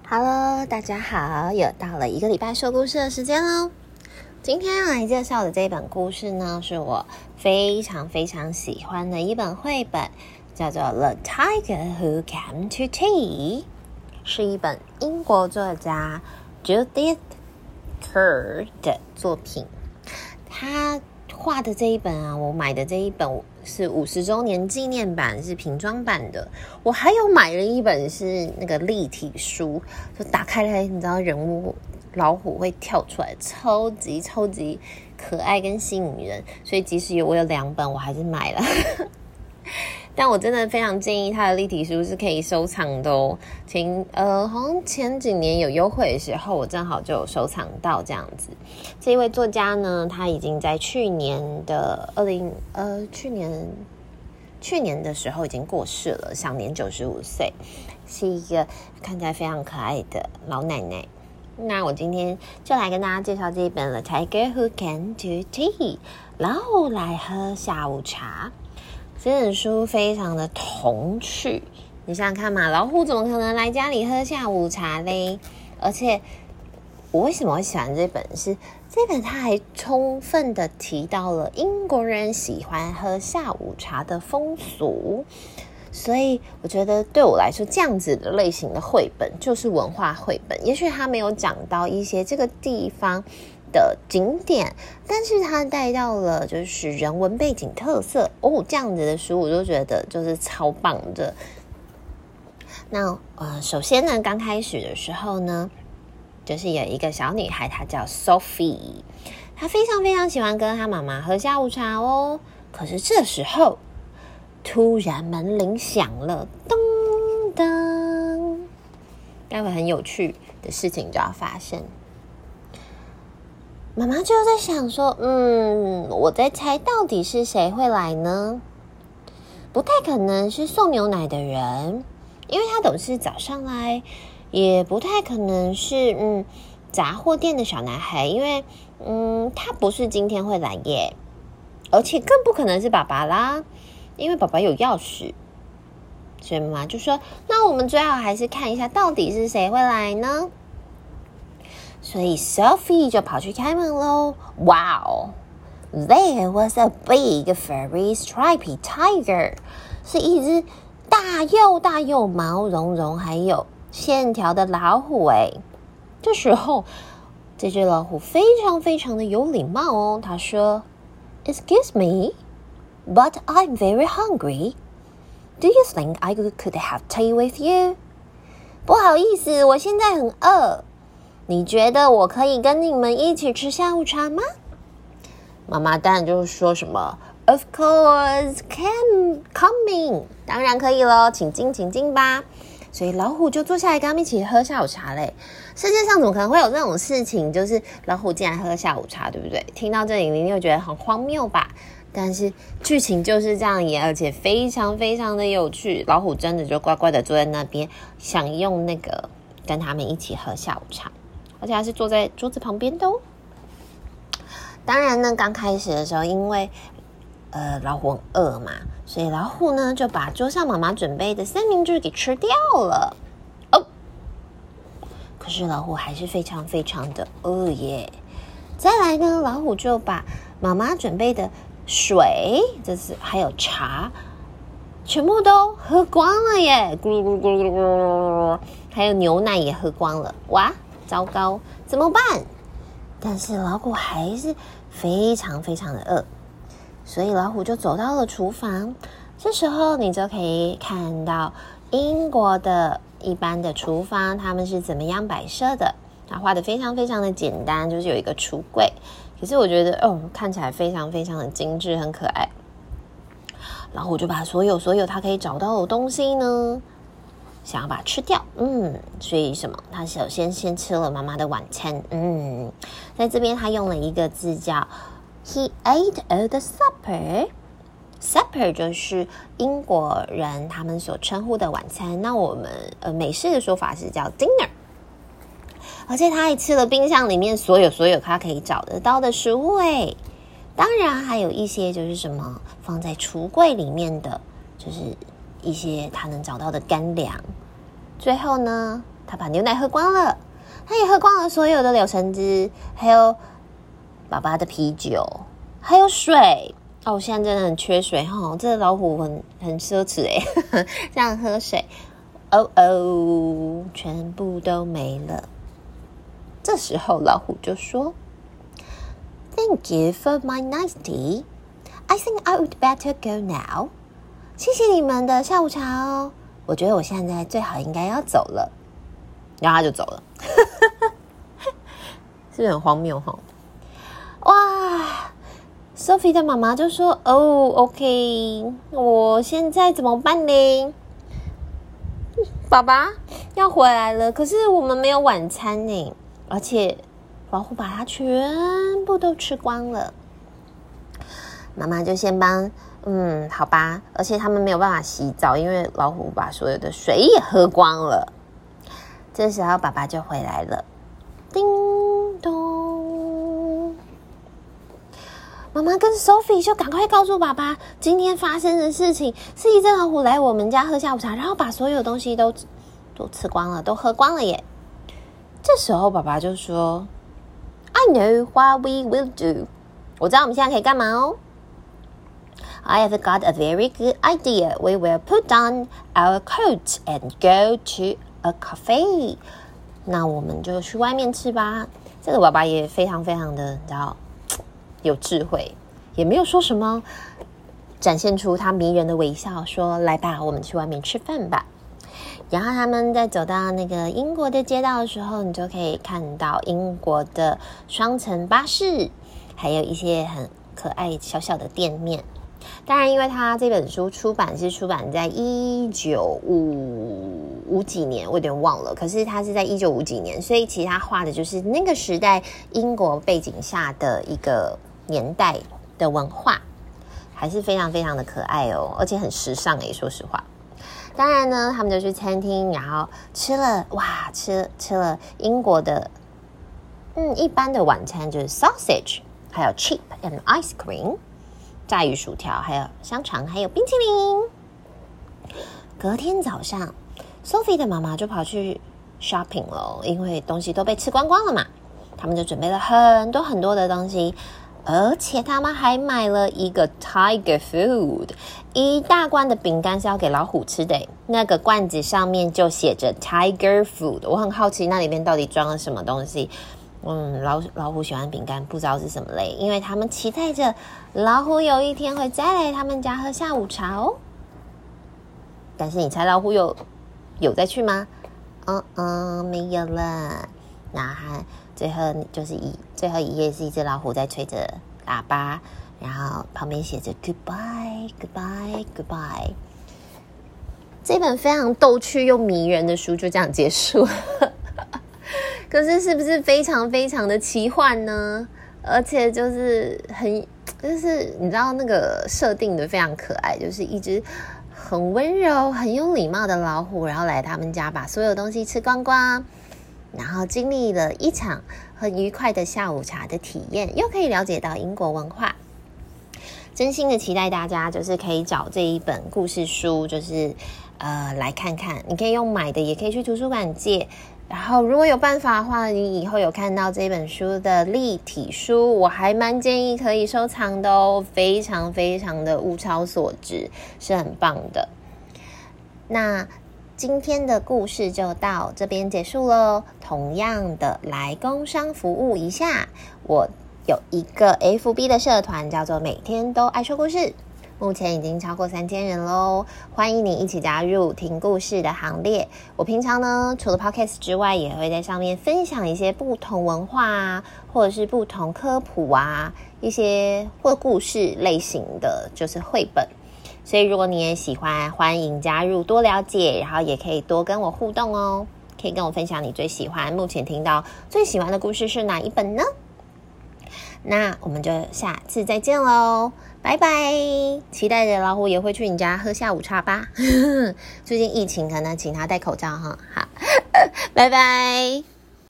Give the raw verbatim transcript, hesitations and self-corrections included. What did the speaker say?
Hello， 大家好，又到了一个礼拜说故事的时间咯。今天来介绍的这本故事呢，是我非常非常喜欢的一本绘本，叫做 The Tiger Who Came to Tea， 是一本英国作家 Judith Kerr 的作品。他画的这一本啊，我买的这一本是五十周年纪念版，是平装版的。我还有买了一本是那个立体书，就打开来，你知道人物老虎会跳出来，超级超级可爱跟吸引人，所以即使有我有两本，我还是买了。但我真的非常建议他的立体书是可以收藏的哦。前呃，好像前几年有优惠的时候，我正好就有收藏到这样子。这一位作家呢，他已经在去年的二零呃去年去年的时候已经过世了，享年九十五岁，是一个看起来非常可爱的老奶奶。那我今天就来跟大家介绍这一本《The Tiger Who Came to Tea》，然后来喝下午茶。这本书非常的童趣，你想想看嘛，老虎怎么可能来家里喝下午茶嘞？而且我为什么会喜欢这本是这本它还充分的提到了英国人喜欢喝下午茶的风俗，所以我觉得对我来说这样子的类型的绘本就是文化绘本。也许它没有讲到一些这个地方的景点，但是它带到了就是人文背景特色哦，这样子的书我就觉得就是超棒的。那呃，首先呢，刚开始的时候呢，就是有一个小女孩，她叫 Sophie， 她非常非常喜欢跟她妈妈喝下午茶哦。可是这时候，突然门铃响了，咚咚，待会很有趣的事情就要发生。妈妈就在想说，嗯，我在猜到底是谁会来呢？不太可能是送牛奶的人，因为他总是早上来，也不太可能是嗯杂货店的小男孩，因为嗯他不是今天会来耶，而且更不可能是爸爸啦，因为爸爸有钥匙。所以妈妈就说，那我们最好还是看一下到底是谁会来呢？所以 Sophie 就跑去开门咯。Wow! There was a big furry stripy tiger， 是一只大又大又毛茸茸还有线条的老虎诶。这时候这只老虎非常非常的有礼貌哦，他说 Excuse me, but I'm very hungry. Do you think I could have tea with you? 不好意思，我现在很饿，你觉得我可以跟你们一起吃下午茶吗？妈妈当然就说什么 Of course, can, coming 当然可以咯，请进请进吧。所以老虎就坐下来跟他们一起喝下午茶嘞。世界上怎么可能会有这种事情，就是老虎竟然喝下午茶，对不对？听到这里你会觉得很荒谬吧？但是剧情就是这样演，而且非常非常的有趣。老虎真的就乖乖的坐在那边，享用那个跟他们一起喝下午茶，而且还是坐在桌子旁边的哦。当然呢，刚开始的时候，因为呃老虎很饿嘛，所以老虎呢就把桌上妈妈准备的三明治给吃掉了。哦，可是老虎还是非常非常的饿耶。再来呢，老虎就把妈妈准备的水，这是还有茶，全部都喝光了耶！咕噜咕噜咕噜咕噜，还有牛奶也喝光了。哇，糟糕，怎么办？但是老虎还是非常非常的饿，所以老虎就走到了厨房。这时候你就可以看到英国的一般的厨房，他们是怎么样摆设的。它画的非常非常的简单，就是有一个橱柜，可是我觉得哦，看起来非常非常的精致，很可爱。老虎就把所有所有他可以找到的东西呢，想要把它吃掉。嗯，所以什么？他首先先吃了妈妈的晚餐。嗯，在这边他用了一个字叫 He ate all the supper。Supper 就是英国人他们所称呼的晚餐，那我们呃美式的说法是叫 dinner。而且他还吃了冰箱里面所有所有他可以找得到的食物诶。当然还有一些就是什么放在橱柜里面的，就是一些他能找到的干粮。最后呢， 他把牛奶喝光了，他也喝光了所有的柳橙汁，还有爸爸的啤酒，还有水。哦，我现在真的很缺水哈，这个老虎很很奢侈诶，这样喝水，哦哦，全部都没了。这时候老虎就说 ：“Thank you for my nice tea. I think I would better go now.” 谢谢你们的下午茶哦，我觉得我现在最好应该要走了。然后他就走了，是不是很荒谬哈？哇！ Sophie 的妈妈就说：“哦 ，OK， 我现在怎么办呢？爸爸要回来了，可是我们没有晚餐呢，而且老虎把它全部都吃光了。”妈妈就先帮，嗯，好吧，而且他们没有办法洗澡，因为老虎把所有的水也喝光了。这时候爸爸就回来了，叮咚。妈妈跟 Sophie 就赶快告诉爸爸，今天发生的事情是一只老虎来我们家喝下午茶，然后把所有东西都都吃光了，都喝光了耶。这时候爸爸就说 I know what we will do， 我知道我们现在可以干嘛哦。I have got a very good idea. We will put on our coats and go to a cafe. 那我们就去外面吃吧。这个爸爸也非常非常的，你知道，有智慧，也没有说什么，展现出他迷人的微笑，说：“来吧，我们去外面吃饭吧。”然后他们在走到那个英国的街道的时候，你就可以看到英国的双层巴士，还有一些很可爱小小的店面。当然，因为他这本书出版是出版在一九五五几年，我有点忘了。可是他是在一九五几年，所以其实他画的就是那个时代英国背景下的一个年代的文化，还是非常非常的可爱哦，而且很时尚诶，说实话。当然呢，他们就去餐厅，然后吃了哇，吃吃了英国的嗯一般的晚餐，就是 sausage， 还有 chip and ice cream。炸鱼薯条，还有香肠，还有冰淇淋。隔天早上 Sophie 的妈妈就跑去 shopping 了，因为东西都被吃光光了嘛。他们就准备了很多很多的东西，而且他们还买了一个 Tiger Food， 一大罐的饼干是要给老虎吃的。那个罐子上面就写着 Tiger Food， 我很好奇那里面到底装了什么东西。嗯，老老虎喜欢饼干，不知道是什么类，因为他们期待着老虎有一天会再来他们家喝下午茶哦。但是你猜老虎有有再去吗？嗯嗯，没有了。然后最后就是一最后一页是一只老虎在吹着喇叭，然后旁边写着 Goodbye Goodbye Goodbye。这本非常逗趣又迷人的书就这样结束了。可是是不是非常非常的奇幻呢？而且就是很，就是你知道那个设定的非常可爱，就是一只很温柔、很有礼貌的老虎，然后来他们家把所有东西吃光光，然后经历了一场很愉快的下午茶的体验，又可以了解到英国文化。真心的期待大家就是可以找这一本故事书，就是呃来看看，你可以用买的，也可以去图书馆借。然后如果有办法的话，你以后有看到这本书的立体书，我还蛮建议可以收藏的哦，非常非常的物超所值，是很棒的。那今天的故事就到这边结束咯。同样的，来工商服务一下，我有一个 F B 的社团叫做每天都爱说故事，目前已经超过三千人咯，欢迎你一起加入听故事的行列。我平常呢，除了 podcast 之外，也会在上面分享一些不同文化啊，或者是不同科普啊，一些或故事类型的，就是绘本。所以如果你也喜欢，欢迎加入多了解，然后也可以多跟我互动哦，可以跟我分享你最喜欢，目前听到最喜欢的故事是哪一本呢？那我们就下次再见咯，拜拜！期待着老虎也会去你家喝下午茶吧。最近疫情可能请他戴口罩哈，好，拜拜。